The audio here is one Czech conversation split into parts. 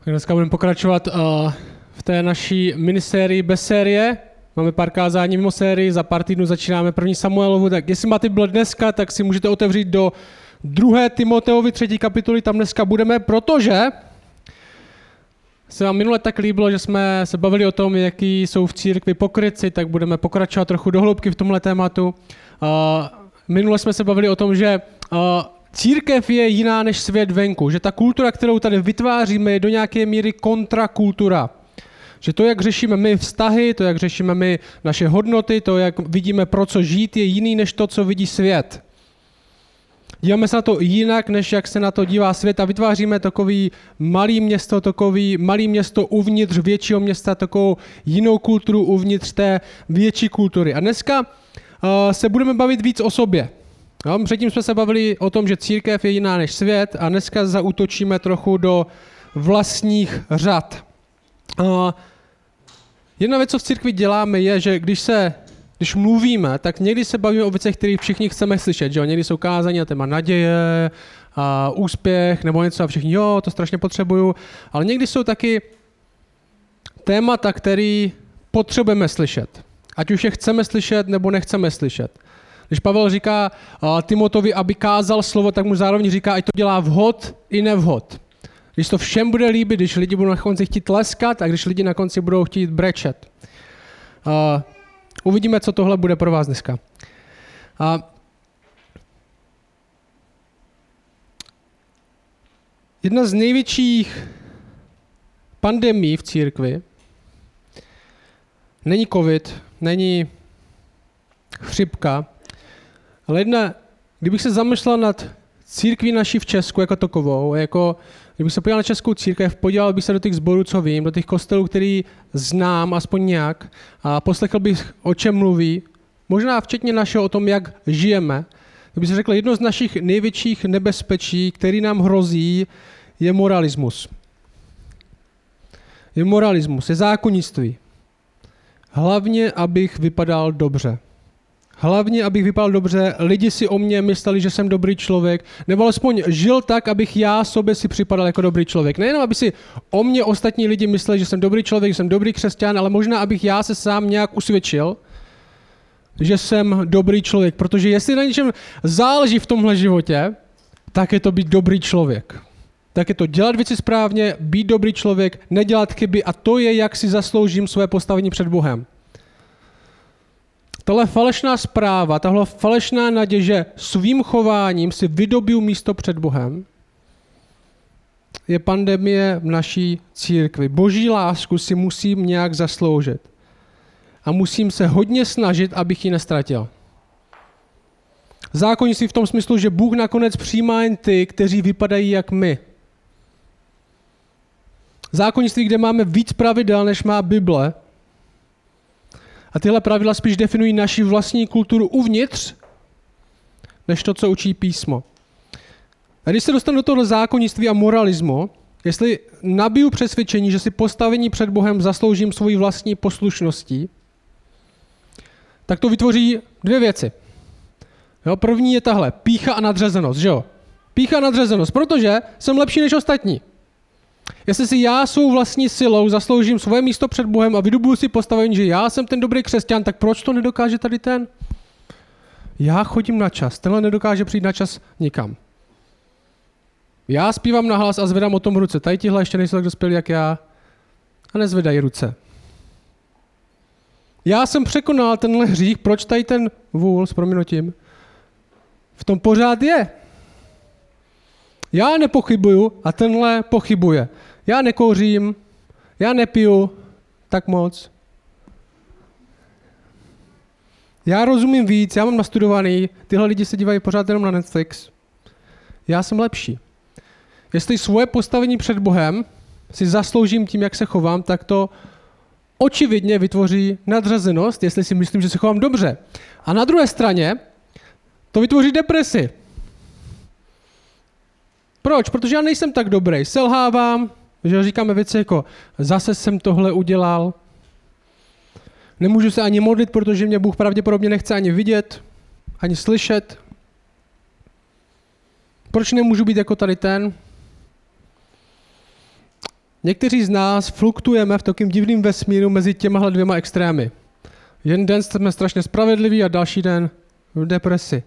Tak dneska budeme pokračovat v té naší minisérii bez série. Máme pár kázání mimo sérii, za pár týdnů začínáme 1. Samuelovu, tak jestli máte Bible dneska, tak si můžete otevřít do 2. Timoteovi 3. kapitoly, tam dneska budeme, protože se vám minule tak líbilo, že jsme se bavili o tom, jaký jsou v církvi pokrytci, tak budeme pokračovat trochu do hloubky v tomhle tématu. Minule jsme se bavili o tom, že církev je jiná než svět venku, že ta kultura, kterou tady vytváříme, je do nějaké míry kontrakultura. Že to, jak řešíme my vztahy, to, jak řešíme my naše hodnoty, to, jak vidíme, pro co žít, je jiný než to, co vidí svět. Díváme se na to jinak, než jak se na to dívá svět a vytváříme takový malý město uvnitř většího města, takovou jinou kulturu uvnitř té větší kultury. A dneska se budeme bavit víc o sobě. No, předtím jsme se bavili o tom, že církev je jiná než svět a dneska zaútočíme trochu do vlastních řad. Jedna věc, co v církvi děláme, je, že když mluvíme, tak někdy se bavíme o věcech, které všichni chceme slyšet. Že jo? Někdy jsou kázání na téma naděje, a úspěch nebo něco a všichni, jo, to strašně potřebuju. Ale někdy jsou taky témata, které potřebujeme slyšet. Ať už je chceme slyšet nebo nechceme slyšet. Když Pavel říká Timotovi, aby kázal slovo, tak mu zároveň říká, ať to dělá vhod i nevhod. Když to všem bude líbit, když lidi budou na konci chtít tleskat a když lidi na konci budou chtít brečet. Uvidíme, co tohle bude pro vás dneska. Jedna z největších pandemií v církvi není covid, není chřipka, ale kdybych se zamýšlel nad církví naší v Česku jako takovou, kdybych se podíval na českou církev, podíval bych se do těch sborů, co vím, do těch kostelů, který znám aspoň nějak a poslechl bych, o čem mluví, možná včetně našeho o tom, jak žijeme. Kdybych se řekl, jedno z našich největších nebezpečí, který nám hrozí, je moralismus. Je zákonnictví. Hlavně, abych vypadal dobře. Lidi si o mě mysleli, že jsem dobrý člověk, nebo alespoň žil tak, abych já sobě si připadal jako dobrý člověk. Nejenom, aby si o mě ostatní lidi mysleli, že jsem dobrý člověk, že jsem dobrý křesťan, ale možná, abych já se sám nějak usvědčil, že jsem dobrý člověk. Protože jestli na něčem záleží v tomhle životě, tak je to být dobrý člověk. Tak je to dělat věci správně, být dobrý člověk, nedělat chyby a to je, jak si zasloužím své postavení před Bohem. Tahle falešná zpráva, tahle falešná naděje, že svým chováním si vydobiju místo před Bohem, je pandemie v naší církvi. Boží lásku si musím nějak zasloužit. A musím se hodně snažit, abych ji nestratil. Zákonnictví v tom smyslu, že Bůh nakonec přijímá jen ty, kteří vypadají jak my. Zákonnictví, kde máme víc pravidel, než má Bible, a tyhle pravidla spíš definují naši vlastní kulturu uvnitř, než to, co učí písmo. A když se dostanu do toho zákonnictví a moralismu, jestli nabiju přesvědčení, že si postavení před Bohem zasloužím svojí vlastní poslušností, tak to vytvoří dvě věci. Jo, první je tahle, pýcha a nadřazenost, že jo? Pýcha a nadřazenost, protože jsem lepší než ostatní. Jestli si já svou vlastní silou zasloužím svoje místo před Bohem a vydobuju si postavení, že já jsem ten dobrý křesťan, tak proč to nedokáže tady ten? Já chodím na čas, tenhle nedokáže přijít na čas nikam. Já zpívám nahlas a zvedám o tom ruce. Tady tihle ještě nejsou tak dospělí jak já a nezvedají ruce. Já jsem překonal tenhle hřích, proč tady ten vůl s prominutím v tom pořád je. Já nepochybuju a tenhle pochybuje. Já nekouřím, já nepiju tak moc. Já rozumím víc, já mám nastudovaný, tyhle lidi se dívají pořád jenom na Netflix. Já jsem lepší. Jestli svoje postavení před Bohem si zasloužím tím, jak se chovám, tak to očividně vytvoří nadřazenost, jestli si myslím, že se chovám dobře. A na druhé straně to vytvoří depresi. Proč? Protože já nejsem tak dobrý. Selhávám, že říkáme věci jako zase jsem tohle udělal. Nemůžu se ani modlit, protože mě Bůh pravděpodobně nechce ani vidět, ani slyšet. Proč nemůžu být jako tady ten? Někteří z nás fluktujeme v takovým divným vesmíru mezi těmahle dvěma extrémy. Jeden den jsme strašně spravedliví a další den v depresi.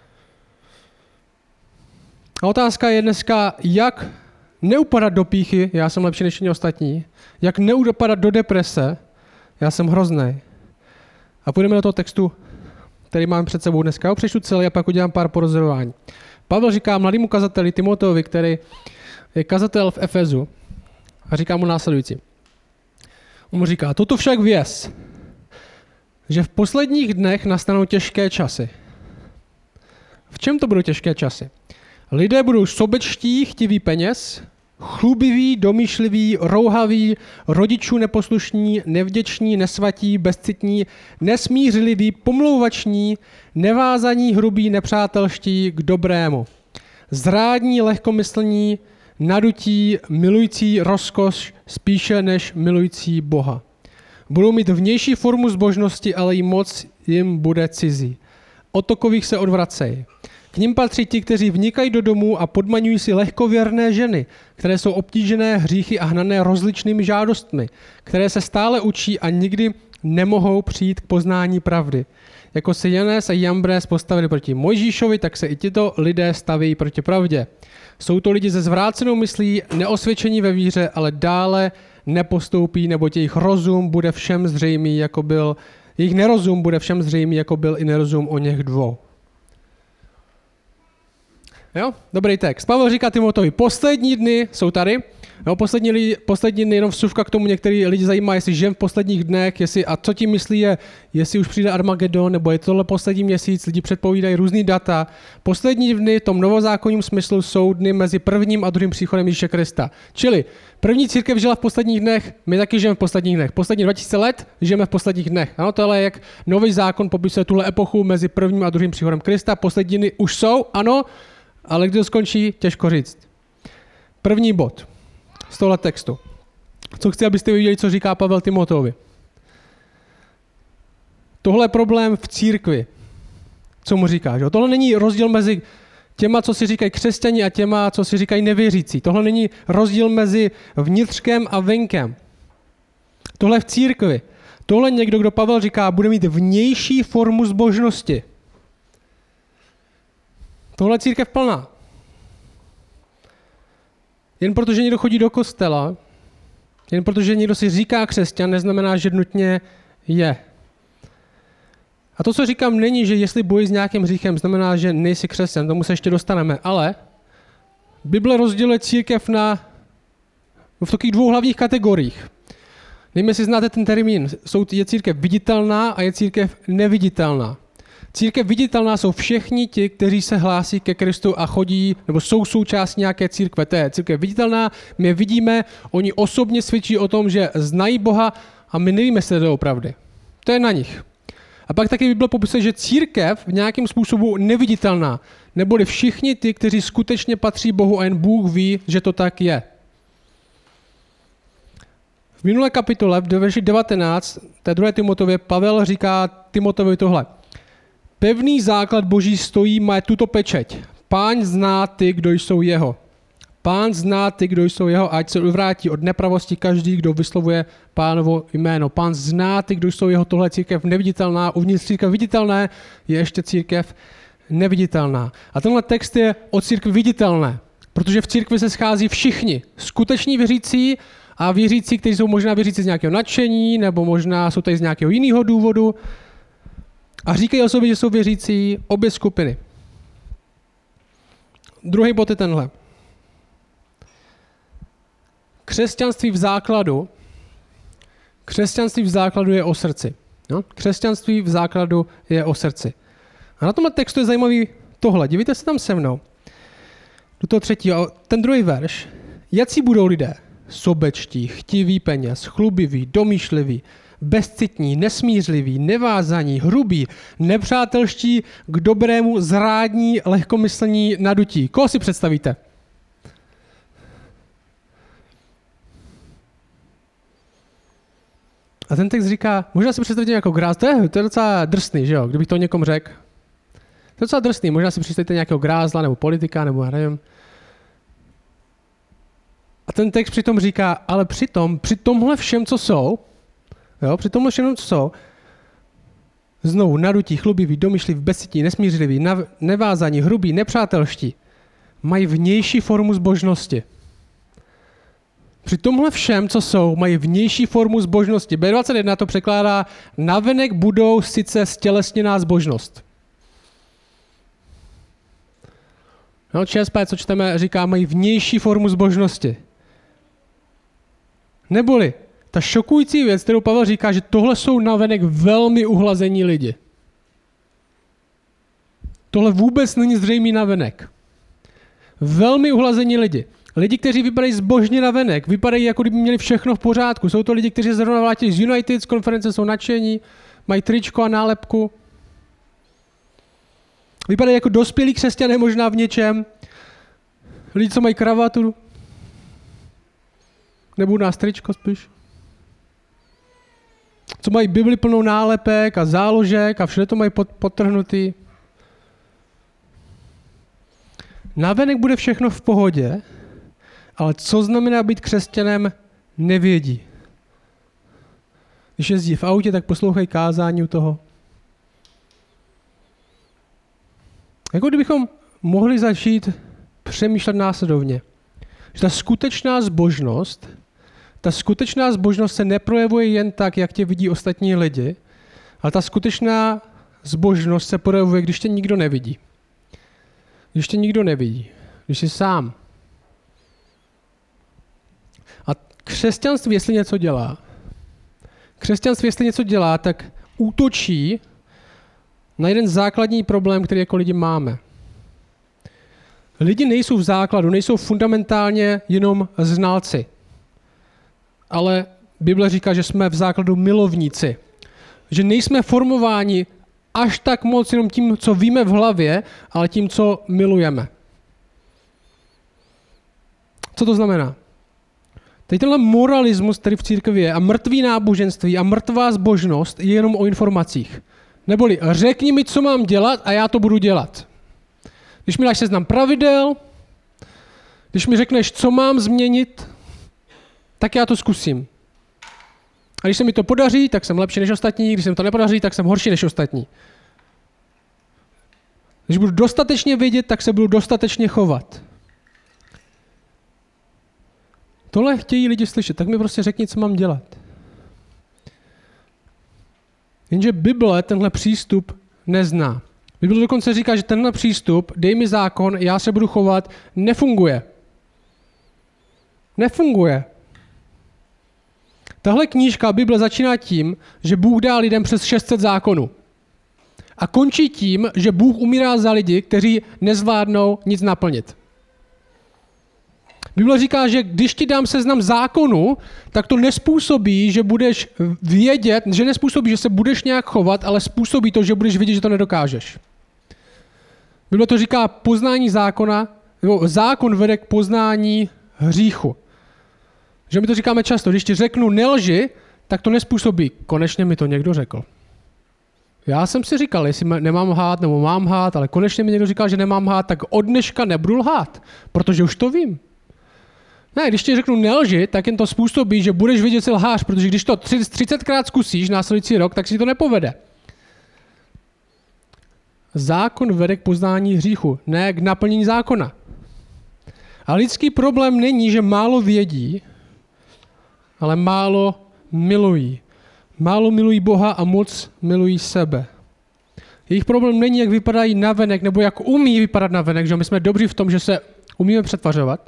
A otázka je dneska, jak neupadat do pýchy, já jsem lepší než ostatní, jak neupadat do deprese, já jsem hroznej. A půjdeme do toho textu, který máme před sebou dneska. Já přečtu celý a pak udělám pár porozorování. Pavel říká mladému kazateli Timoteovi, který je kazatel v Efezu, a říká mu následující. On mu říká, toto však věz, že v posledních dnech nastanou těžké časy. V čem to budou těžké časy? Lidé budou sobečtí, chtiví peněz, chlubiví, domýšliví, rouhaví, rodičů neposlušní, nevděční, nesvatí, bezcitní, nesmířliví, pomlouvační, nevázaní, hrubí, nepřátelští k dobrému. Zrádní, lehkomyslní, nadutí, milující rozkoš spíše než milující Boha. Budou mít vnější formu zbožnosti, ale jí moc jim bude cizí. Od takových se odvracejí. K nim patří ti, kteří vnikají do domů a podmaňují si lehkověrné ženy, které jsou obtížené hříchy a hnané rozličnými žádostmi, které se stále učí a nikdy nemohou přijít k poznání pravdy. Jako se Janes a Jambres postavili proti Mojžíšovi, tak se i tito lidé staví proti pravdě. Jsou to lidi se zvrácenou myslí, neosvědčení ve víře, ale dále nepostoupí, neboť jejich rozum bude všem zřejmý, jako byl, jejich nerozum bude všem zřejmý, jako byl i nerozum o něch dvou. Jo? Dobrý text. Pavel říká Timoteovi, poslední dny jsou tady. Jo, poslední dny, jenom vsuvka k tomu, některý lidi zajímá, jestli žijem v posledních dnech, a co tím myslí je, jestli už přijde Armagedon, nebo je tohle poslední měsíc, lidi předpovídají různý data. Poslední dny v tom novozákonním smyslu jsou dny mezi prvním a druhým příchodem Ježíše Krista. Čili první církev žila v posledních dnech, my taky žijeme v posledních dnech. Poslední 2000 let žijeme v posledních dnech. Ano, tohle je, jak nový zákon popisuje tuhle epochu mezi prvním a druhým příchodem Krista. Poslední dny už jsou, ano, ale kdy to skončí, těžko říct. První bod z tohle textu. Co chci, abyste viděli, co říká Pavel Timoteovi. Tohle je problém v církvi. Co mu říká? Že? Tohle není rozdíl mezi těma, co si říkají křesťani a těma, co si říkají nevěřící. Tohle není rozdíl mezi vnitřkem a venkem. Tohle je v církvi. Tohle někdo, kdo Pavel říká, bude mít vnější formu zbožnosti. Tohle je církev plná. Jen protože někdo chodí do kostela, jen protože někdo si říká křesťan, neznamená, že nutně je. A to, co říkám, není, že jestli bojíš s nějakým hříchem, znamená, že nejsi křesťan, tomu se ještě dostaneme, ale Bible rozděluje církev v takových dvou hlavních kategoriích. Nevím, jestli znáte ten termín. Je církev viditelná a je církev neviditelná. Církev viditelná jsou všichni ti, kteří se hlásí ke Kristu a chodí, nebo jsou součástí nějaké církve. To je církev viditelná, my je vidíme, oni osobně svědčí o tom, že znají Boha a my nevíme, jestli to je opravdu. To je na nich. A pak taky Bible popisuje, že církev v nějakém způsobu neviditelná, neboli všichni ty, kteří skutečně patří Bohu a jen Bůh ví, že to tak je. V minulé kapitole, v verši 19, té 2. Timoteově, Pavel říká Timoteovi tohle. Pevný základ Boží stojí, má tuto pečeť. Páň zná ty, kdo jsou jeho. Pán zná ty, kdo jsou jeho, ať se odvrátí od nepravosti každý, kdo vyslovuje Pánovo jméno. Pán zná ty, kdo jsou jeho, tohle církev neviditelná, uvnitř církev viditelné je ještě církev neviditelná. A tenhle text je o církvi viditelné, protože v církvi se schází všichni, skuteční věřící a věřící, kteří jsou možná věřící z nějakého nadšení, nebo možná jsou tady z nějakého jiného důvodu. A říkají o sobě, že jsou věřící, obě skupiny. Druhý bod je tenhle. Křesťanství v základu je o srdci. No? Křesťanství v základu je o srdci. A na tomhle textu je zajímavý tohle. Dívejte se tam se mnou. Do toho třetího. Ten druhý verš. Jací budou lidé? Sobečtí, chtiví peněz, chlubiví, domýšliví, bezcitní, nesmířliví, nevázaní, hrubí, nepřátelští, k dobrému, zrádní, lehkomyslní, nadutí. Koho si představíte? A ten text říká, možná si představíte jako grázl, to je docela drsný, že jo, kdybych to někomu řekl. To je docela drsný, možná si představíte nějakého grázla, nebo politika, nebo já nevím. A ten text přitom říká, ale při tomhle všem, co jsou, znovu nadutí, chlubivý, domyšliví, besití, nesmířliví, nevázaní, hrubí, nepřátelští, mají vnější formu zbožnosti. Při tomhle všem, co jsou, mají vnější formu zbožnosti. B21 to překládá, navenek budou sice stělesněná zbožnost. No, ČSP, co čteme, říká, mají vnější formu zbožnosti. Neboli ta šokující věc, kterou Pavel říká, že tohle jsou navenek velmi uhlazení lidi. Tohle vůbec není zřejmý navenek. Velmi uhlazení lidi. Lidi, kteří vypadají zbožně navenek, vypadají, jako kdyby měli všechno v pořádku. Jsou to lidi, kteří se zrovna vrátili z United, z konference jsou nadšení, mají tričko a nálepku. Vypadají jako dospělí křesťané možná v něčem. Lidi, co mají kravatu. Nebo nás tričko spíš. Co mají Bibli plnou nálepek a záložek a všude to mají podtrhnutý. Navenek bude všechno v pohodě, ale co znamená být křesťanem, nevědí. Když jezdí v autě, tak poslouchají kázání u toho. Jako kdybychom mohli začít přemýšlet následovně, že ta skutečná zbožnost se neprojevuje jen tak, jak tě vidí ostatní lidi, ale ta skutečná zbožnost se projevuje, když tě nikdo nevidí. Když jsi sám. A křesťanství, jestli něco dělá, tak útočí na jeden základní problém, který jako lidi máme. Lidi nejsou v základu, nejsou fundamentálně jenom znalci. Ale Bible říká, že jsme v základu milovníci. Že nejsme formováni až tak moc jenom tím, co víme v hlavě, ale tím, co milujeme. Co to znamená? Teď tenhle moralismus, který v církvi je, a mrtvý náboženství a mrtvá zbožnost je jenom o informacích. Neboli řekni mi, co mám dělat a já to budu dělat. Když mi dáš seznam pravidel, když mi řekneš, co mám změnit, tak já to zkusím. A když se mi to podaří, tak jsem lepší než ostatní, když se mi to nepodaří, tak jsem horší než ostatní. Když budu dostatečně vědět, tak se budu dostatečně chovat. Tohle chtějí lidi slyšet, tak mi prostě řekni, co mám dělat. Jenže Bible tenhle přístup nezná. Bible dokonce říká, že tenhle přístup, dej mi zákon, já se budu chovat, nefunguje. Nefunguje. Tahle knížka Bible začíná tím, že Bůh dá lidem přes 600 zákonů. A končí tím, že Bůh umírá za lidi, kteří nezvládnou nic naplnit. Bible říká, že když ti dám seznam zákonů, tak to nespůsobí, že budeš vědět, že nespůsobí, že se budeš nějak chovat, ale způsobí to, že budeš vědět, že to nedokážeš. Bible to říká poznání zákona, zákon vede k poznání hříchu. Že my to říkáme často, když ti řeknu nelži, tak to nespůsobí. Konečně mi to někdo řekl. Já jsem si říkal, jestli nemám lhát nebo mám lhát, ale konečně mi někdo říkal, že nemám lhát, tak od dneška nebudu lhát, protože už to vím. Ne, když ti řeknu nelži, tak jen to způsobí, že budeš vědět, že jsi lhář, protože když to 30krát zkusíš následující rok, tak si to nepovede. Zákon vede k poznání hříchu, ne k naplnění zákona. A lidský problém není, že málo vědí, ale málo milují. Málo milují Boha a moc milují sebe. Jejich problém není, jak vypadají navenek, nebo jak umí vypadat navenek, že my jsme dobří v tom, že se umíme přetvařovat,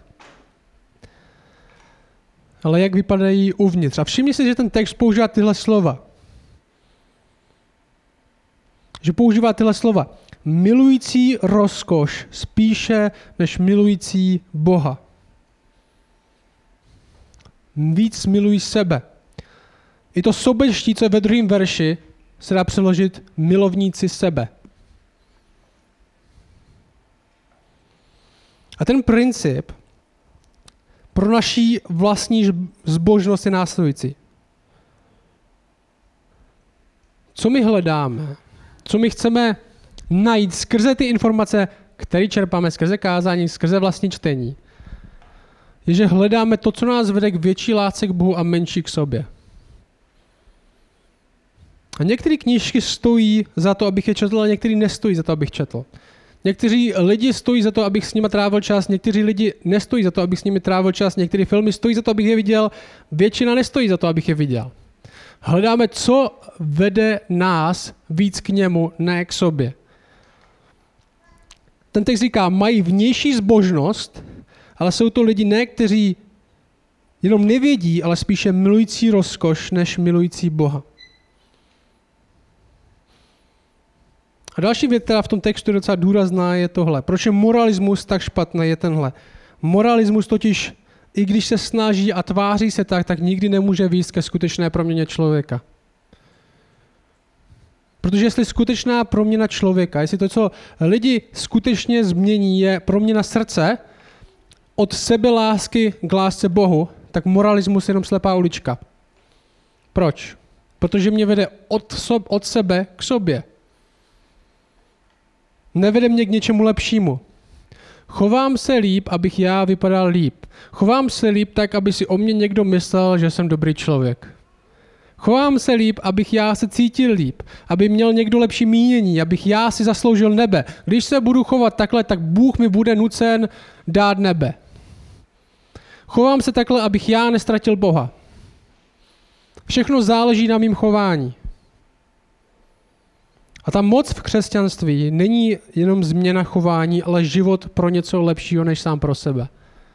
ale jak vypadají uvnitř. A všimni si, že ten text používá tyhle slova. Že používá tyhle slova. Milující rozkoš spíše než milující Boha. Víc milují sebe. I to sobečtí, co je ve druhém verši, se dá přeložit milovníci sebe. A ten princip pro naší vlastní zbožnost je následující. Co my hledáme, co my chceme najít skrze ty informace, které čerpáme, skrze kázání, skrze vlastní čtení, je, že hledáme to, co nás vede k větší lásce k Bohu a menší k sobě. A některé knížky stojí za to, abych je četl, a některé nestojí za to, abych četl. Někteří lidi stojí za to, abych s nimi trávil čas, někteří lidi nestojí za to, abych s nimi trávil čas, některé filmy stojí za to, abych je viděl, většina nestojí za to, abych je viděl. Hledáme, co vede nás víc k němu, ne k sobě. Ten text říká, mají vnější zbožnost, ale jsou to lidi ne, kteří jenom nevědí, ale spíše milující rozkoš, než milující Boha. A další věc, která v tom textu je docela důrazná, je tohle. Proč je moralismus tak špatný, je tenhle. Moralismus totiž, i když se snaží a tváří se tak nikdy nemůže vést ke skutečné proměně člověka. Protože jestli skutečná proměna člověka, jestli to, co lidi skutečně změní, je proměna srdce od sebelásky k lásce Bohu, tak moralismus je jenom slepá ulička. Proč? Protože mě vede od sebe k sobě. Nevede mě k něčemu lepšímu. Chovám se líp, abych já vypadal líp. Chovám se líp tak, aby si o mě někdo myslel, že jsem dobrý člověk. Chovám se líp, abych já se cítil líp, aby měl někdo lepší mínění, abych já si zasloužil nebe. Když se budu chovat takhle, tak Bůh mi bude nucen dát nebe. Chovám se takhle, abych já nestratil Boha. Všechno záleží na mým chování. A ta moc v křesťanství není jenom změna chování, ale život pro něco lepšího, než sám pro sebe.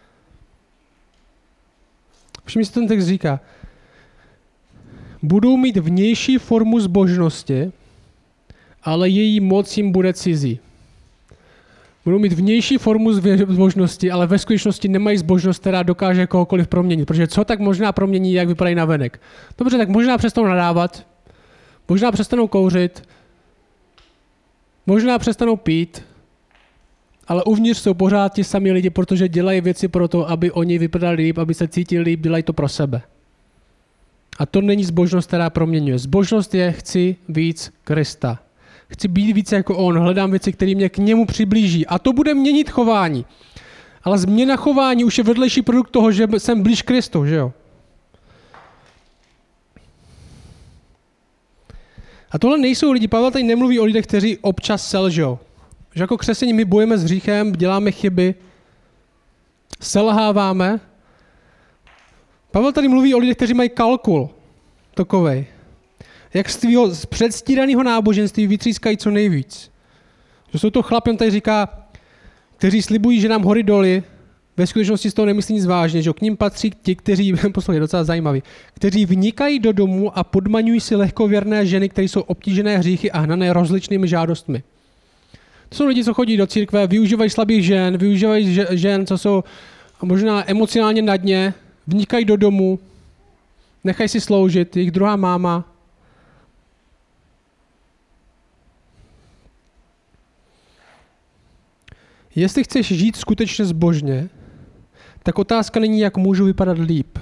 Všimni si, ten text říká, budou mít vnější formu zbožnosti, ale její moc jim bude cizí. Budou mít vnější formu zbožnosti, ale ve skutečnosti nemají zbožnost, která dokáže kohokoliv proměnit. Protože co tak možná promění, jak vypadají navenek? Dobře, tak možná přestanou nadávat, možná přestanou kouřit, možná přestanou pít, ale uvnitř jsou pořád ti sami lidi, protože dělají věci pro to, aby oni vypadali líp, aby se cítili líp, dělají to pro sebe. A to není zbožnost, která proměňuje. Zbožnost je, chci víc Krista. Chci být víc jako on, hledám věci, které mě k němu přiblíží. A to bude měnit chování. Ale změna chování už je vedlejší produkt toho, že jsem blíž Kristu, že jo? A tohle nejsou lidi, Pavel tady nemluví o lidech, kteří občas selžou. Že jako křesťané my bojujeme s hříchem, děláme chyby, selháváme. Pavel tady mluví o lidech, kteří mají kalkul takovej. Jak z tvýho předstíraného náboženství vytřískají co nejvíc. Že jsou to chlapi, on tady říká, kteří slibují, že nám hory doly, ve skutečnosti z toho nemyslí nic vážně, že k ním patří ti, kteří, poslouchej, docela zajímavý, kteří vnikají do domu a podmaňují si lehkověrné ženy, které jsou obtížené hříchy a hnané rozličnými žádostmi. To jsou lidi, co chodí do církve, využívají slabých žen, využívají žen, co jsou možná emocionálně na dně, vnikají do domu, nechají si sloužit, jejich druhá máma. Jestli chceš žít skutečně zbožně, tak otázka není, jak můžu vypadat líp.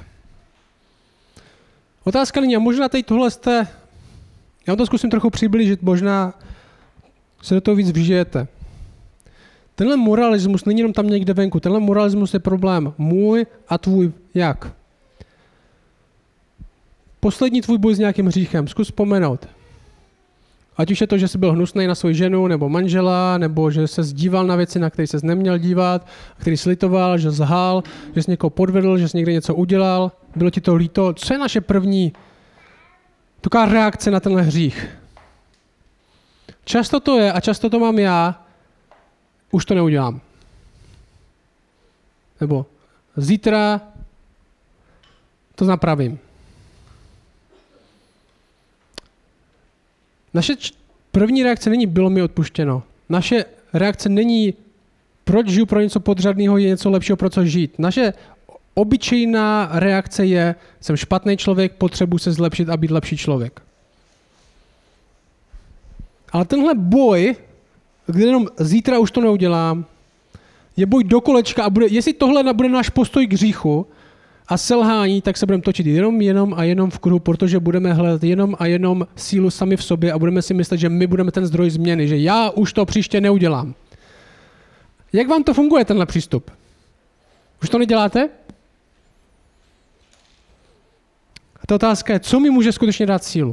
Otázka není, a možná teď tohle jste, já vám to zkusím trochu přiblížit, možná se do toho víc vžijete. Tenhle moralismus není jenom tam někde venku, tenhle moralismus je problém můj a tvůj jak? Poslední tvůj boj s nějakým hříchem, zkus vzpomenout. Ať už je to, že jsi byl hnusnej na svoji ženu nebo manžela, nebo že se díval na věci, na které ses neměl dívat, který slitoval, že zhal, že jsi někoho podvedl, že jsi někde něco udělal, bylo ti to líto. Co je naše první taková reakce na tenhle hřích? Často to je, a často to mám já, už to neudělám. Nebo zítra to napravím. Naše první reakce není bylo mi odpuštěno. Naše reakce není proč žiju pro něco podřadného, je něco lepšího pro co žít. Naše obyčejná reakce je jsem špatný člověk, potřebuji se zlepšit a být lepší člověk. Ale tenhle boj, kde jenom zítra už to neudělám, je boj do kolečka a jestli tohle bude náš postoj k hříchu a selhání, tak se budeme točit jenom v kruhu, protože budeme hledat jenom a jenom sílu sami v sobě a budeme si myslet, že my budeme ten zdroj změny, že já už to příště neudělám. Jak vám to funguje, tenhle přístup? Už to neděláte? ta otázka je, co mi může skutečně dát sílu?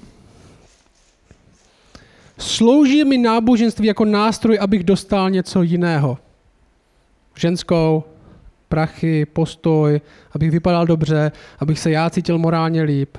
Slouží mi náboženství jako nástroj, abych dostal něco jiného. Ženskou, prachy, postoj, abych vypadal dobře, abych se já cítil morálně líp.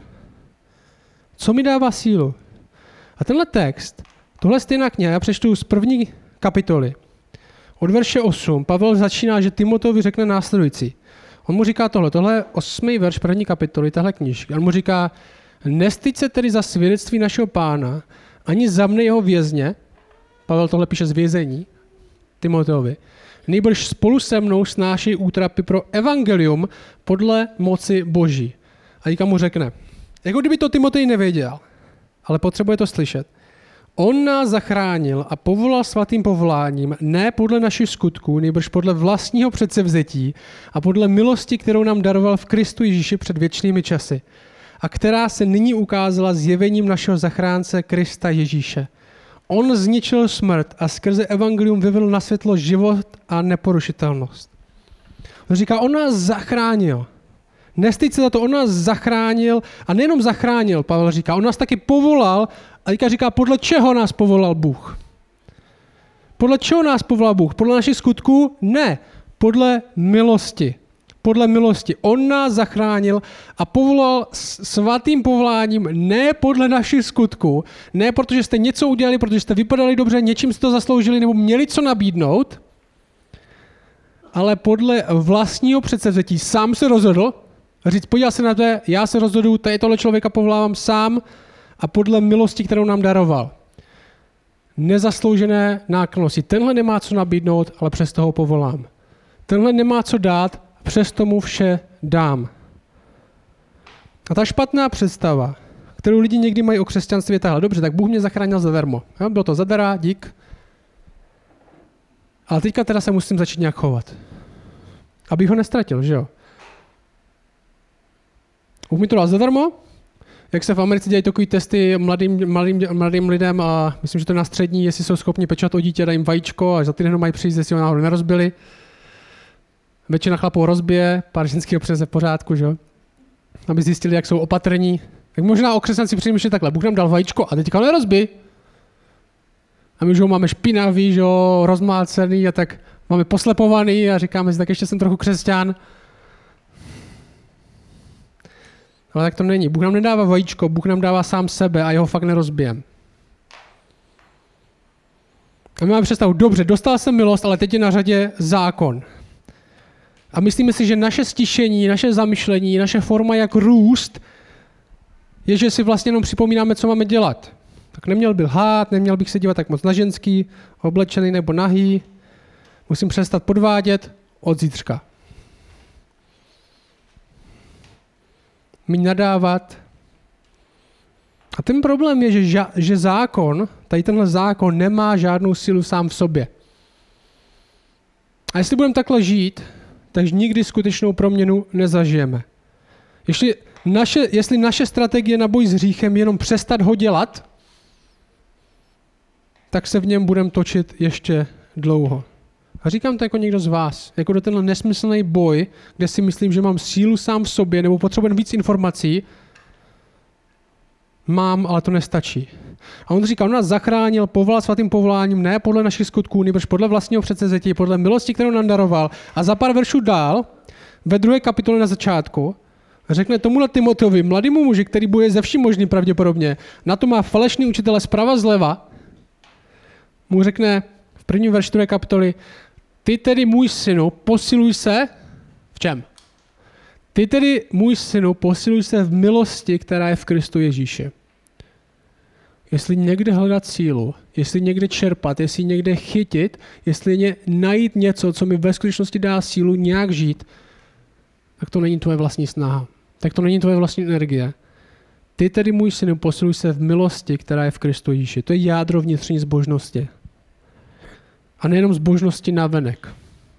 Co mi dává sílu? A tenhle text, tohle stejná kniha, já přečtu z 1. kapitoly. Od verše 8 Pavel začíná, že Timoteovi řekne následující. On mu říká tohle je 8. verš 1. kapitoly, tahle knížky. On mu říká, nestyď se tedy za svědectví našeho Pána, ani za mne jeho vězně, Pavel tohle píše z vězení, Timoteovi, nejbrž spolu se mnou snáší útrapy pro evangelium podle moci Boží. A teďka mu řekne, jako kdyby to Timotej nevěděl, ale potřebuje to slyšet. On nás zachránil a povolal svatým povoláním, ne podle našich skutků, nejbrž podle vlastního předsevzetí a podle milosti, kterou nám daroval v Kristu Ježíši před věčnými časy a která se nyní ukázala zjevením našeho zachránce Krista Ježíše. On zničil smrt a skrze evangelium vyvedl na světlo život a neporušitelnost. On říká, on nás zachránil. Nestyď se za to, on nás zachránil a nejenom zachránil, Pavel říká, on nás taky povolal a teďka říká, podle čeho nás povolal Bůh. Podle čeho nás povolal Bůh? Podle našich skutků? Ne, podle milosti. Podle milosti. On nás zachránil a povolal svatým povoláním ne podle našich skutků, ne protože jste něco udělali, protože jste vypadali dobře, něčím jste to zasloužili nebo měli co nabídnout, ale podle vlastního předsevzetí. Sám se rozhodl, říct, podívej se na to, já se rozhodu, tady tohle člověka povolávám sám a podle milosti, kterou nám daroval. Nezasloužené náklonnosti. Tenhle nemá co nabídnout, ale přesto ho povolám. Tenhle nemá co dát, přesto mu vše dám. A ta špatná představa, kterou lidi někdy mají o křesťanství, je tahle. Dobře, tak Bůh mě zachránil zadarmo. Jo, bylo to zadara, dík. Ale teďka teda se musím začít nějak chovat. Abych ho nestratil, že jo? Bůh mi to dal zadarmo, jak se v Americe dělají takový testy mladým lidem a myslím, že to je na střední, jestli jsou schopni pečovat o dítě, dají jim vajíčko a za týden ho mají přijít, jestli ho náhodou nerozbili. Většina chlapů rozbije, pár ženských přeze v pořádku, že jo? Aby zjistili, jak jsou opatrní. Tak možná o křesťanci přemýšlí takhle, Bůh nám dal vajíčko a teďka ho nerozbij. A my už ho máme špinavý, že jo, rozmácený a tak máme poslepovaný a říkáme si, tak ještě jsem trochu křesťan. Ale tak to není. Bůh nám nedává vajíčko, Bůh nám dává sám sebe a jeho fakt nerozbijem. A my máme představu, dobře, dostal jsem milost, ale teď je na řadě zákon. A myslíme si, že naše stišení, naše zamyšlení, naše forma, jak růst, je, že si vlastně jenom připomínáme, co máme dělat. Tak neměl bych lhát, neměl bych se dívat tak moc na ženský, oblečený nebo nahý. Musím přestat podvádět od zítřka. Míň nadávat. A ten problém je, že zákon, tady tenhle zákon nemá žádnou sílu sám v sobě. A jestli budeme takhle žít, takže nikdy skutečnou proměnu nezažijeme. Jestli naše strategie na boj s hříchem je jenom přestat ho dělat, tak se v něm budeme točit ještě dlouho. A říkám to jako někdo z vás, jako do tenhle nesmyslný boj, kde si myslím, že mám sílu sám v sobě nebo potřebuji víc informací, mám, ale to nestačí. A on říká, on nás zachránil, povolal svatým povoláním, ne podle našich skutků, nebož podle vlastního předsevzetí, podle milosti, kterou nám daroval. A za pár veršů dál, ve 2. kapitole na začátku, řekne tomuhle Timoteovi, mladému muži, který bojuje ze vším možným pravděpodobně, na to má falešný učitele zprava zleva, mu řekne v 1. verši 2. kapitoly, ty tedy, můj synu, posiluj se v čem? Ty tedy, můj synu, posiluj se v milosti, která je v Kristu Ježíši. Jestli někde hledat sílu, jestli někde čerpat, jestli někde chytit, jestli najít něco, co mi ve skutečnosti dá sílu nějak žít, tak to není tvoje vlastní snaha. Tak to není tvoje vlastní energie. Ty tedy, můj synu, posiluj se v milosti, která je v Kristu Ježíši. To je jádro vnitřní zbožnosti. A nejenom zbožnosti navenek.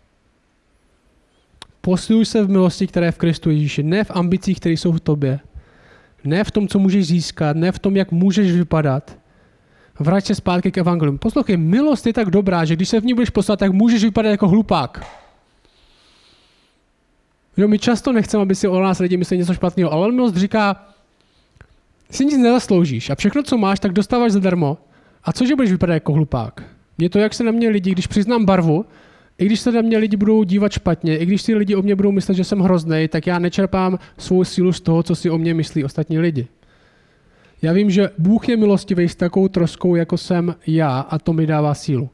Posiluj se v milosti, která je v Kristu Ježíši. Ne v ambicích, které jsou v tobě. Ne v tom, co můžeš získat. Ne v tom, jak můžeš vypadat. Vrať se zpátky k evangelium. Poslouchej, milost je tak dobrá, že když se v ní budeš poslat, tak můžeš vypadat jako hlupák. My často nechceme, aby si o nás lidi mysleli něco špatného, ale milost říká, si nic nezasloužíš a všechno, co máš, tak dostáváš zadarmo. A cože budeš vypadat jako hlupák? Je to, jak se na mě lidi, když přiznám barvu, i když se na mě lidi budou dívat špatně, i když si lidi o mě budou myslet, že jsem hroznej, tak já nečerpám svou sílu z toho, co si o mě myslí ostatní lidi. Já vím, že Bůh je milostivý s takovou troskou, jako jsem já, a to mi dává sílu.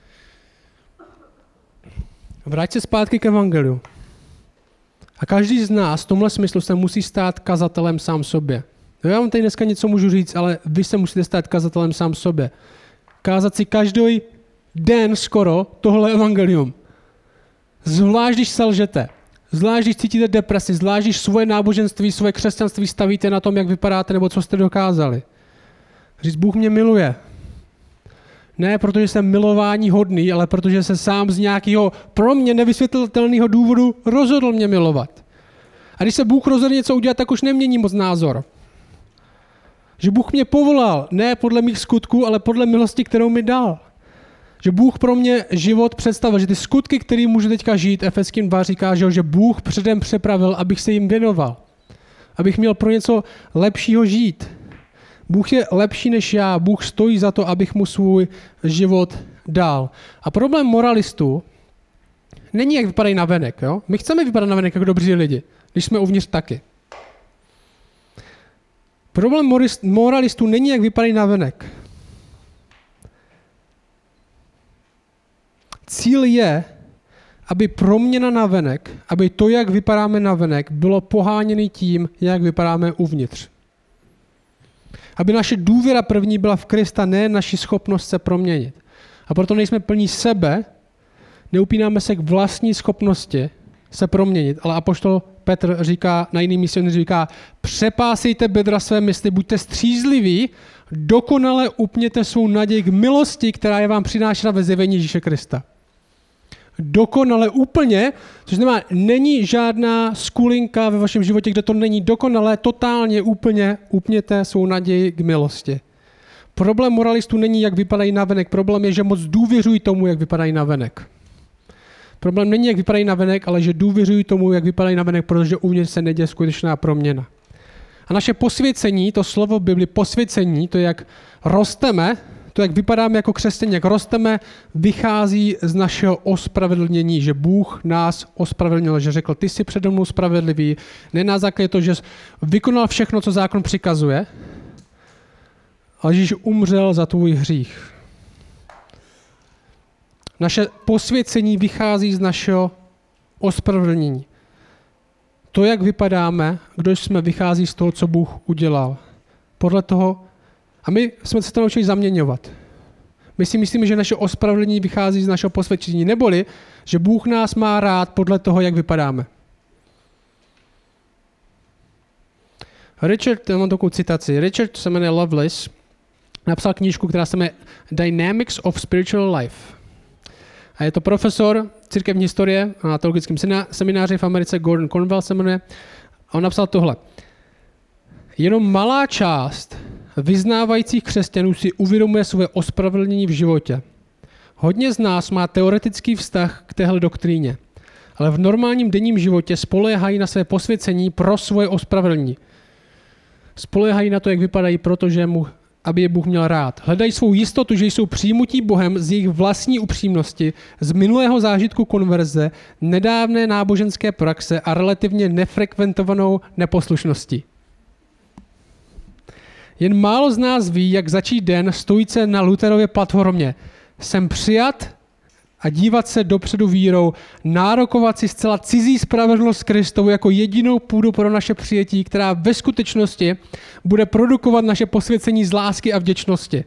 Vrať se zpátky k evangeliu. A každý z nás v tomhle smyslu se musí stát kazatelem sám sobě. Já vám tady dneska něco můžu říct, ale vy se musíte stát kazatelem sám sobě. Kázat si každý den skoro tohle evangelium. Zvlášť, když selžete. Zvlášť, když cítíte depresi. Zvlášť, když svoje náboženství, svoje křesťanství stavíte na tom, jak vypadáte nebo co jste dokázali. Říct, Bůh mě miluje. Ne, protože jsem milování hodný, ale protože se sám z nějakého pro mě nevysvětlitelného důvodu rozhodl mě milovat. A když se Bůh rozhodl něco udělat, tak už nemění moc názor. Že Bůh mě povolal, ne podle mých skutků, ale podle milosti, kterou mi dal. Že Bůh pro mě život představil, že ty skutky, které můžu teďka žít, Efeským 2 říká, že Bůh předem připravil, abych se jim věnoval. Abych měl pro něco lepšího žít. Bůh je lepší než já, Bůh stojí za to, abych mu svůj život dal. A problém moralistů není, jak vypadají navenek. Jo? My chceme vypadat navenek jako dobří lidi, když jsme uvnitř taky. Problém moralistů není, jak vypadají navenek. Cíl je, aby proměna navenek, aby to, jak vypadáme navenek, bylo poháněné tím, jak vypadáme uvnitř. Aby naše důvěra první byla v Krista, ne naši schopnost se proměnit. A proto nejsme plní sebe, neupínáme se k vlastní schopnosti se proměnit. Ale apoštol Petr říká, na jiným místě říká, přepásejte bedra své mysli, buďte střízliví, dokonale upněte svou naději k milosti, která je vám přinášena ve zjevení Ježíše Krista. Dokonale úplně, což znamená, není žádná skulinka ve vašem životě, kde to není dokonale, totálně úplně upněte svou naději k milosti. Problém moralistů není, jak vypadají navenek, problém je, že moc důvěřují tomu, jak vypadají navenek. Problém není, jak vypadají navenek, ale že důvěřují tomu, jak vypadají navenek, protože uvnitř se neděje skutečná proměna. A naše posvěcení, to slovo v Bibli, posvěcení, to jak rosteme, to jak vypadáme jako křesťané, jak rosteme, vychází z našeho ospravedlnění, že Bůh nás ospravedlnil, že řekl, ty jsi přede mnou spravedlivý, ne na základě toho, že jsi vykonal všechno, co zákon přikazuje, ale že jsi umřel za tvůj hřích. Naše posvěcení vychází z našeho ospravedlnění. To, jak vypadáme, kdo jsme, vychází z toho, co Bůh udělal. Podle toho, a my jsme se to naučili zaměňovat. My si myslíme, že naše ospravedlnění vychází z našeho posvěcení, neboli, že Bůh nás má rád podle toho, jak vypadáme. Mám takovou citaci. Richard se jmenuje Lovelace, napsal knížku, která se jmenuje Dynamics of Spiritual Life. A je to profesor církevní historie na teologickém semináři v Americe, Gordon Conwell se jmenuje. A on napsal tohle. Jenom malá část vyznávajících křesťanů si uvědomuje své ospravedlnění v životě. Hodně z nás má teoretický vztah k téhle doktríně, ale v normálním denním životě spoléhají na své posvěcení pro svoje ospravedlnění. Spoléhají na to, jak vypadají, aby je Bůh měl rád. Hledají svou jistotu, že jsou přijmutí Bohem z jejich vlastní upřímnosti, z minulého zážitku konverze, nedávné náboženské praxe a relativně nefrekventovanou neposlušností. Jen málo z nás ví, jak začít den stojíc se na Lutherově platformě. Jsem přijat a dívat se dopředu vírou, nárokovat si zcela cizí spravedlnost Kristovu jako jedinou půdu pro naše přijetí, která ve skutečnosti bude produkovat naše posvěcení z lásky a vděčnosti.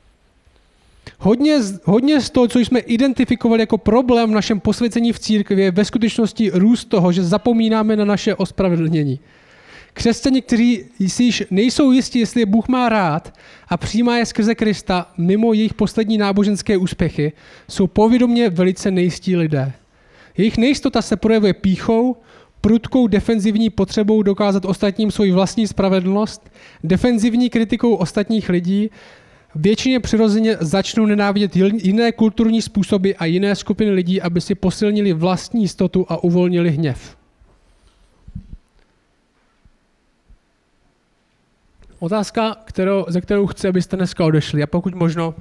Hodně z toho, co jsme identifikovali jako problém v našem posvěcení v církvi, je ve skutečnosti růst toho, že zapomínáme na naše ospravedlnění. Křesťané, kteří si již nejsou jistí, jestli je Bůh má rád a přijímá je skrze Krista mimo jejich poslední náboženské úspěchy, jsou povědomě velice nejistí lidé. Jejich nejistota se projevuje pýchou, prudkou defenzivní potřebou dokázat ostatním svoji vlastní spravedlnost, defenzivní kritikou ostatních lidí, většině přirozeně začnou nenávidět jiné kulturní způsoby a jiné skupiny lidí, aby si posilnili vlastní jistotu a uvolnili hněv. Otázka, ze kterou chci, abyste dneska odešli a pokud možno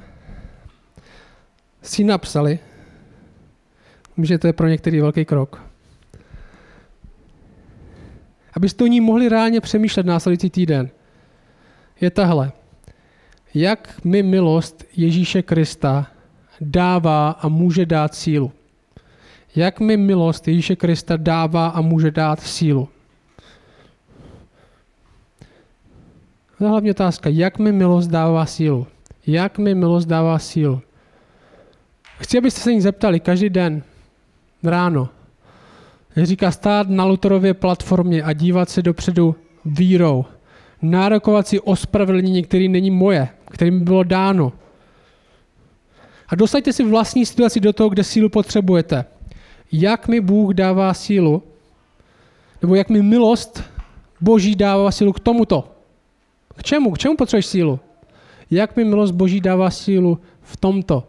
si napsali, že to je pro některý velký krok. Abyste o ní mohli reálně přemýšlet následující týden. Je tahle. Jak mi milost Ježíše Krista dává a může dát sílu? Jak mi milost Ježíše Krista dává a může dát sílu? To je hlavně otázka. Jak mi milost dává sílu? Jak mi milost dává sílu? Chci, abyste se ní zeptali každý den ráno. Říká stát na Lutherově platformě a dívat se dopředu vírou. Nárokovat si ospravedlnění, který není moje, který mi bylo dáno. A dostaňte si vlastní situaci do toho, kde sílu potřebujete. Jak mi Bůh dává sílu, nebo jak mi milost Boží dává sílu k tomuto. K čemu? K čemu potřebuješ sílu? Jak mi milost Boží dává sílu v tomto?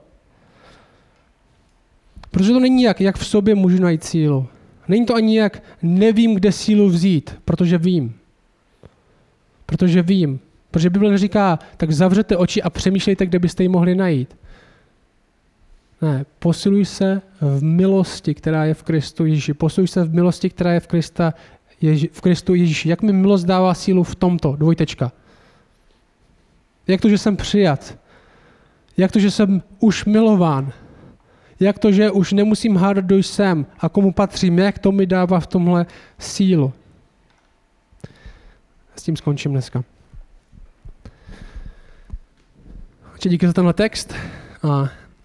Protože to není jak v sobě můžu najít sílu. Není to ani jak nevím, kde sílu vzít, protože vím. Protože vím. Protože Bible neříká, tak zavřete oči a přemýšlejte, kde byste ji mohli najít. Ne, posiluj se v milosti, která je v Kristu Ježíši. Posiluj se v milosti, která je v Kristu Ježíši. Jak mi milost dává sílu v tomto? Dvojtečka. Jak to, že jsem přijat? Jak to, že jsem už milován? Jak to, že už nemusím hádat, kdo jsem a komu patřím? Jak to mi dává v tomhle sílu? S tím skončím dneska. Díky za tenhle text. A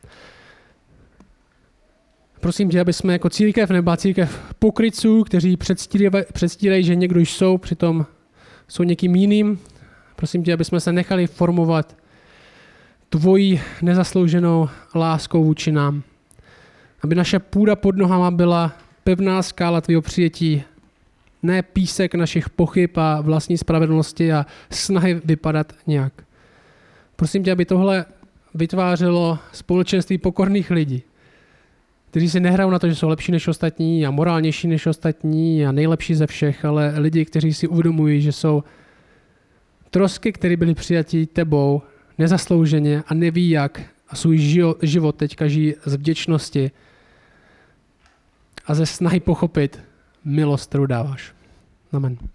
prosím tě, aby jsme jako církev nebyla církev pokrytců, kteří předstírají, že někdo jsou, přitom jsou někým jiným. Prosím tě, aby jsme se nechali formovat tvojí nezaslouženou láskou vůči nám. Aby naše půda pod nohama byla pevná skála tvého přijetí, ne písek našich pochyb a vlastní spravedlnosti a snahy vypadat nějak. Prosím tě, aby tohle vytvářelo společenství pokorných lidí, kteří si nehrajou na to, že jsou lepší než ostatní a morálnější než ostatní a nejlepší ze všech, ale lidi, kteří si uvědomují, že jsou trosky, které byly přijatí tebou nezaslouženě a neví jak a svůj život teďka žijí z vděčnosti a ze snahy pochopit milost, kterou dáváš. Amen.